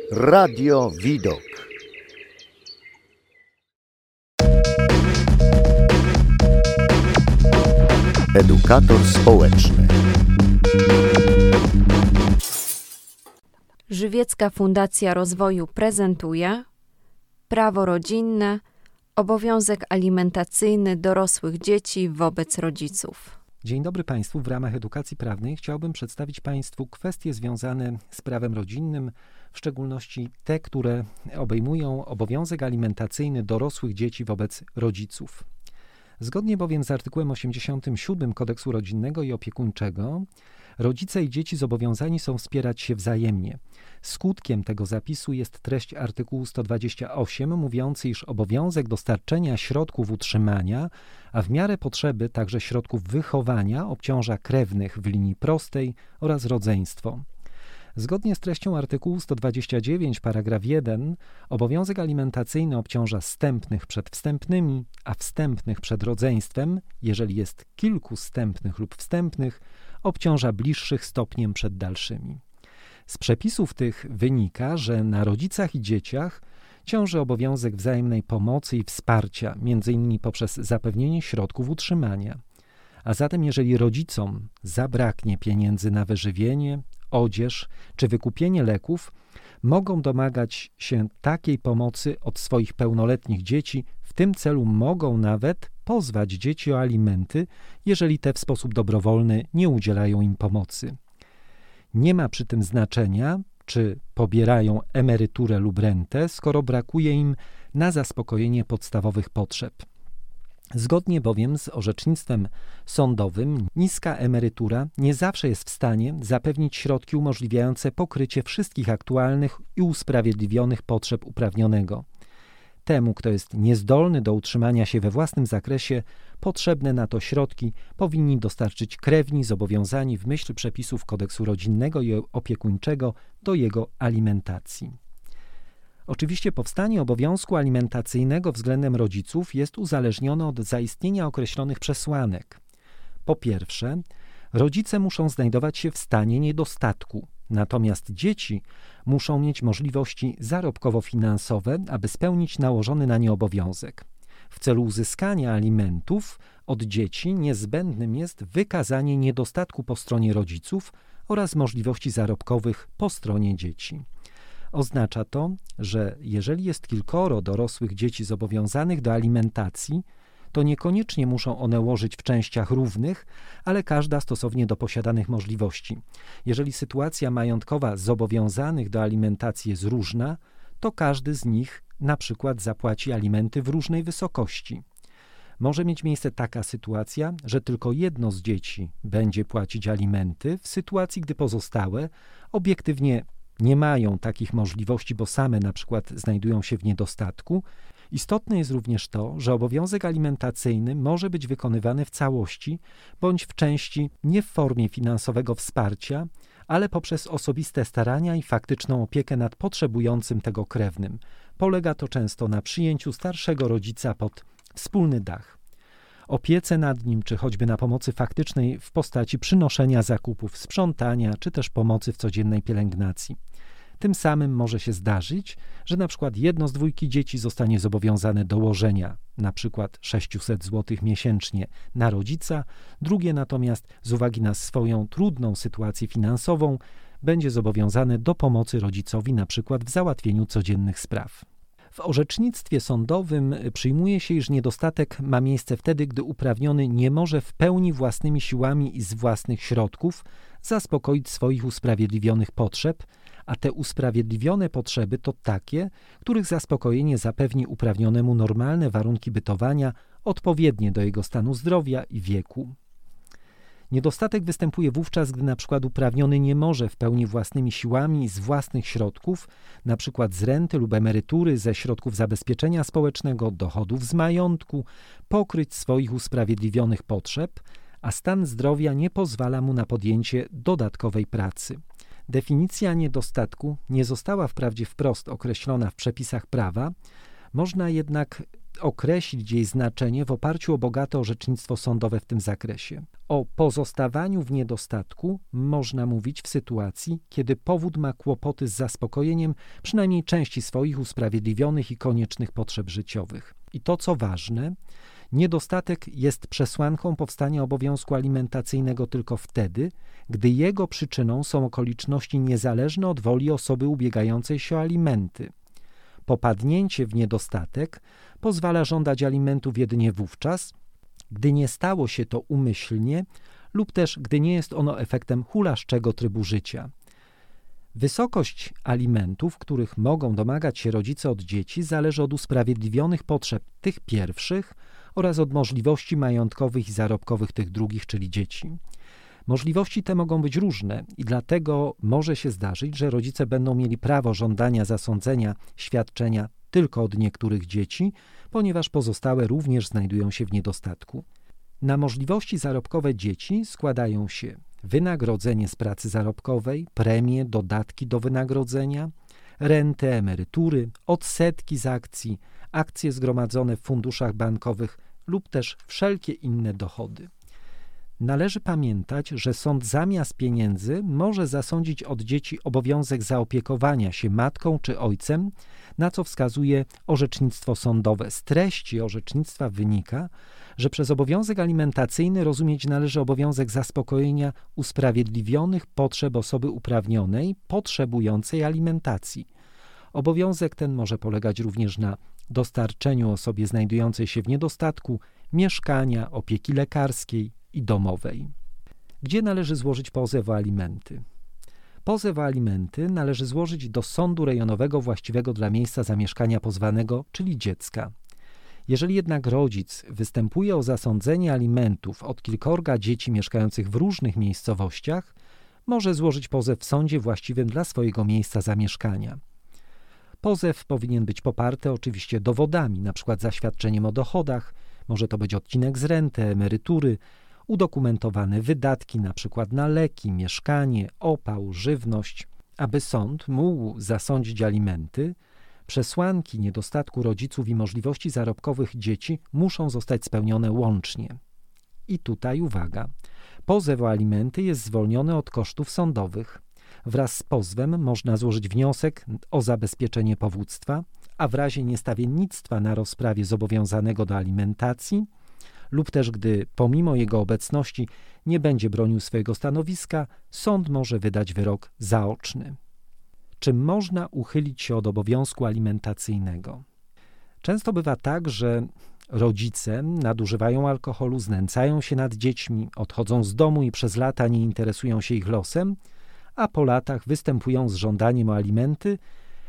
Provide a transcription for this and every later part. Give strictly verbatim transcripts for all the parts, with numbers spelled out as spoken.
Radio Widok. Edukator społeczny. Żywiecka Fundacja Rozwoju prezentuje prawo rodzinne, obowiązek alimentacyjny dorosłych dzieci wobec rodziców. Dzień dobry Państwu. W ramach edukacji prawnej chciałbym przedstawić Państwu kwestie związane z prawem rodzinnym, w szczególności te, które obejmują obowiązek alimentacyjny dorosłych dzieci wobec rodziców. Zgodnie bowiem z artykułem osiemdziesiątym siódmym Kodeksu Rodzinnego i Opiekuńczego, rodzice i dzieci zobowiązani są wspierać się wzajemnie. Skutkiem tego zapisu jest treść artykułu sto dwadzieścia osiem, mówiący, iż obowiązek dostarczenia środków utrzymania, a w miarę potrzeby także środków wychowania obciąża krewnych w linii prostej oraz rodzeństwo. Zgodnie z treścią artykułu sto dwadzieścia dziewięć paragraf jeden obowiązek alimentacyjny obciąża zstępnych przed wstępnymi, a wstępnych przed rodzeństwem, jeżeli jest kilku zstępnych lub wstępnych, obciąża bliższych stopniem przed dalszymi. Z przepisów tych wynika, że na rodzicach i dzieciach ciąży obowiązek wzajemnej pomocy i wsparcia, między innymi poprzez zapewnienie środków utrzymania. A zatem jeżeli rodzicom zabraknie pieniędzy na wyżywienie, odzież czy wykupienie leków, mogą domagać się takiej pomocy od swoich pełnoletnich dzieci. W tym celu mogą nawet pozwać dzieci o alimenty, jeżeli te w sposób dobrowolny nie udzielają im pomocy. Nie ma przy tym znaczenia, czy pobierają emeryturę lub rentę, skoro brakuje im na zaspokojenie podstawowych potrzeb. Zgodnie bowiem z orzecznictwem sądowym, niska emerytura nie zawsze jest w stanie zapewnić środki umożliwiające pokrycie wszystkich aktualnych i usprawiedliwionych potrzeb uprawnionego. Temu, kto jest niezdolny do utrzymania się we własnym zakresie, potrzebne na to środki powinni dostarczyć krewni zobowiązani w myśl przepisów Kodeksu Rodzinnego i Opiekuńczego do jego alimentacji. Oczywiście powstanie obowiązku alimentacyjnego względem rodziców jest uzależnione od zaistnienia określonych przesłanek. Po pierwsze, rodzice muszą znajdować się w stanie niedostatku, natomiast dzieci muszą mieć możliwości zarobkowo-finansowe, aby spełnić nałożony na nie obowiązek. W celu uzyskania alimentów od dzieci niezbędnym jest wykazanie niedostatku po stronie rodziców oraz możliwości zarobkowych po stronie dzieci. Oznacza to, że jeżeli jest kilkoro dorosłych dzieci zobowiązanych do alimentacji, to niekoniecznie muszą one łożyć w częściach równych, ale każda stosownie do posiadanych możliwości. Jeżeli sytuacja majątkowa zobowiązanych do alimentacji jest różna, to każdy z nich na przykład zapłaci alimenty w różnej wysokości. Może mieć miejsce taka sytuacja, że tylko jedno z dzieci będzie płacić alimenty, w sytuacji gdy pozostałe obiektywnie nie mają takich możliwości, bo same na przykład znajdują się w niedostatku. Istotne jest również to, że obowiązek alimentacyjny może być wykonywany w całości bądź w części nie w formie finansowego wsparcia, ale poprzez osobiste starania i faktyczną opiekę nad potrzebującym tego krewnym. Polega to często na przyjęciu starszego rodzica pod wspólny dach, opiece nad nim, czy choćby na pomocy faktycznej w postaci przynoszenia zakupów, sprzątania, czy też pomocy w codziennej pielęgnacji. Tym samym może się zdarzyć, że na przykład jedno z dwójki dzieci zostanie zobowiązane do łożenia na przykład sześćset złotych miesięcznie na rodzica, drugie natomiast z uwagi na swoją trudną sytuację finansową będzie zobowiązane do pomocy rodzicowi na przykład w załatwieniu codziennych spraw. W orzecznictwie sądowym przyjmuje się, iż niedostatek ma miejsce wtedy, gdy uprawniony nie może w pełni własnymi siłami i z własnych środków zaspokoić swoich usprawiedliwionych potrzeb, a te usprawiedliwione potrzeby to takie, których zaspokojenie zapewni uprawnionemu normalne warunki bytowania odpowiednie do jego stanu zdrowia i wieku. Niedostatek występuje wówczas, gdy na przykład uprawniony nie może w pełni własnymi siłami i z własnych środków, na przykład z renty lub emerytury, ze środków zabezpieczenia społecznego, dochodów z majątku, pokryć swoich usprawiedliwionych potrzeb, a stan zdrowia nie pozwala mu na podjęcie dodatkowej pracy. Definicja niedostatku nie została wprawdzie wprost określona w przepisach prawa, można jednak określić jej znaczenie w oparciu o bogate orzecznictwo sądowe w tym zakresie. O pozostawaniu w niedostatku można mówić w sytuacji, kiedy powód ma kłopoty z zaspokojeniem przynajmniej części swoich usprawiedliwionych i koniecznych potrzeb życiowych. I to, co ważne, niedostatek jest przesłanką powstania obowiązku alimentacyjnego tylko wtedy, gdy jego przyczyną są okoliczności niezależne od woli osoby ubiegającej się o alimenty. Popadnięcie w niedostatek pozwala żądać alimentów jedynie wówczas, gdy nie stało się to umyślnie lub też gdy nie jest ono efektem hulaszczego trybu życia. Wysokość alimentów, których mogą domagać się rodzice od dzieci, zależy od usprawiedliwionych potrzeb tych pierwszych oraz od możliwości majątkowych i zarobkowych tych drugich, czyli dzieci. Możliwości te mogą być różne i dlatego może się zdarzyć, że rodzice będą mieli prawo żądania zasądzenia świadczenia tylko od niektórych dzieci, ponieważ pozostałe również znajdują się w niedostatku. Na możliwości zarobkowe dzieci składają się wynagrodzenie z pracy zarobkowej, premie, dodatki do wynagrodzenia, renty, emerytury, odsetki z akcji, akcje zgromadzone w funduszach bankowych lub też wszelkie inne dochody. Należy pamiętać, że sąd zamiast pieniędzy może zasądzić od dzieci obowiązek zaopiekowania się matką czy ojcem, na co wskazuje orzecznictwo sądowe. Z treści orzecznictwa wynika, że przez obowiązek alimentacyjny rozumieć należy obowiązek zaspokojenia usprawiedliwionych potrzeb osoby uprawnionej, potrzebującej alimentacji. Obowiązek ten może polegać również na dostarczeniu osobie znajdującej się w niedostatku mieszkania, opieki lekarskiej i domowej. Gdzie należy złożyć pozew o alimenty? Pozew o alimenty należy złożyć do sądu rejonowego właściwego dla miejsca zamieszkania pozwanego, czyli dziecka. Jeżeli jednak rodzic występuje o zasądzenie alimentów od kilkorga dzieci mieszkających w różnych miejscowościach, może złożyć pozew w sądzie właściwym dla swojego miejsca zamieszkania. Pozew powinien być poparty oczywiście dowodami, np. zaświadczeniem o dochodach, może to być odcinek z renty, emerytury, udokumentowane wydatki np. na leki, mieszkanie, opał, żywność. Aby sąd mógł zasądzić alimenty, przesłanki niedostatku rodziców i możliwości zarobkowych dzieci muszą zostać spełnione łącznie. I tutaj uwaga, pozew o alimenty jest zwolniony od kosztów sądowych. Wraz z pozwem można złożyć wniosek o zabezpieczenie powództwa, a w razie niestawiennictwa na rozprawie zobowiązanego do alimentacji lub też gdy pomimo jego obecności nie będzie bronił swojego stanowiska, sąd może wydać wyrok zaoczny. Czy można uchylić się od obowiązku alimentacyjnego? Często bywa tak, że rodzice nadużywają alkoholu, znęcają się nad dziećmi, odchodzą z domu i przez lata nie interesują się ich losem, a po latach występują z żądaniem o alimenty.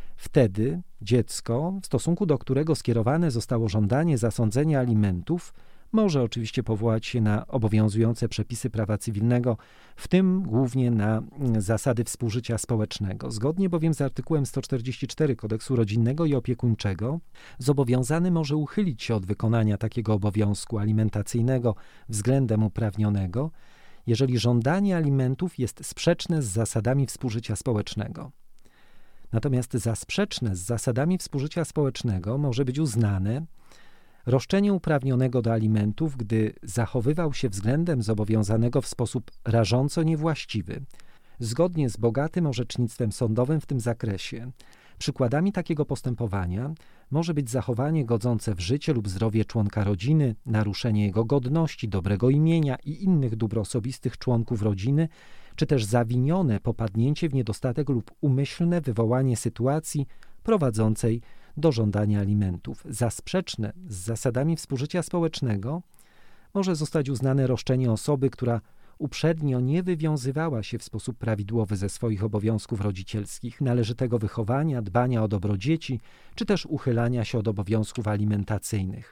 Wtedy dziecko, w stosunku do którego skierowane zostało żądanie zasądzenia alimentów, może oczywiście powołać się na obowiązujące przepisy prawa cywilnego, w tym głównie na zasady współżycia społecznego. Zgodnie bowiem z artykułem sto czterdzieści cztery Kodeksu Rodzinnego i Opiekuńczego zobowiązany może uchylić się od wykonania takiego obowiązku alimentacyjnego względem uprawnionego, jeżeli żądanie alimentów jest sprzeczne z zasadami współżycia społecznego. Natomiast za sprzeczne z zasadami współżycia społecznego może być uznane roszczenie uprawnionego do alimentów, gdy zachowywał się względem zobowiązanego w sposób rażąco niewłaściwy. Zgodnie z bogatym orzecznictwem sądowym w tym zakresie, przykładami takiego postępowania może być zachowanie godzące w życie lub zdrowie członka rodziny, naruszenie jego godności, dobrego imienia i innych dóbr osobistych członków rodziny, czy też zawinione popadnięcie w niedostatek lub umyślne wywołanie sytuacji prowadzącej do żądania alimentów. Za sprzeczne z zasadami współżycia społecznego może zostać uznane roszczenie osoby, która uprzednio nie wywiązywała się w sposób prawidłowy ze swoich obowiązków rodzicielskich, należytego wychowania, dbania o dobro dzieci, czy też uchylania się od obowiązków alimentacyjnych.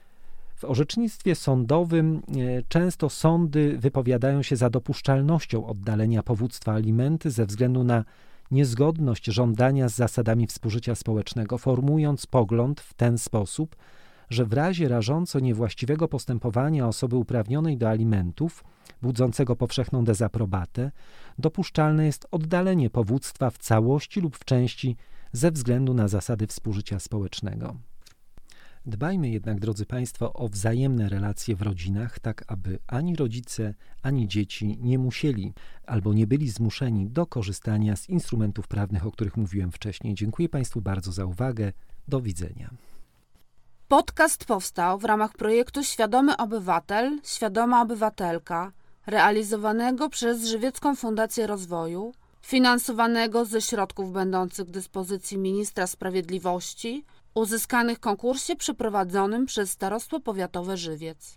W orzecznictwie sądowym często sądy wypowiadają się za dopuszczalnością oddalenia powództwa alimenty ze względu na niezgodność żądania z zasadami współżycia społecznego, formując pogląd w ten sposób, że w razie rażąco niewłaściwego postępowania osoby uprawnionej do alimentów, budzącego powszechną dezaprobatę, dopuszczalne jest oddalenie powództwa w całości lub w części ze względu na zasady współżycia społecznego. Dbajmy jednak, drodzy Państwo, o wzajemne relacje w rodzinach, tak aby ani rodzice, ani dzieci nie musieli albo nie byli zmuszeni do korzystania z instrumentów prawnych, o których mówiłem wcześniej. Dziękuję Państwu bardzo za uwagę. Do widzenia. Podcast powstał w ramach projektu Świadomy Obywatel, Świadoma Obywatelka, realizowanego przez Żywiecką Fundację Rozwoju, finansowanego ze środków będących w dyspozycji Ministra Sprawiedliwości, uzyskanych w konkursie przeprowadzonym przez Starostwo Powiatowe Żywiec.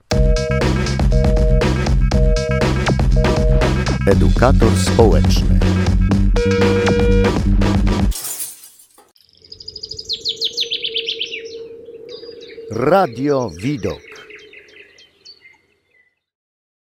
Edukator społeczny. Radio Widok.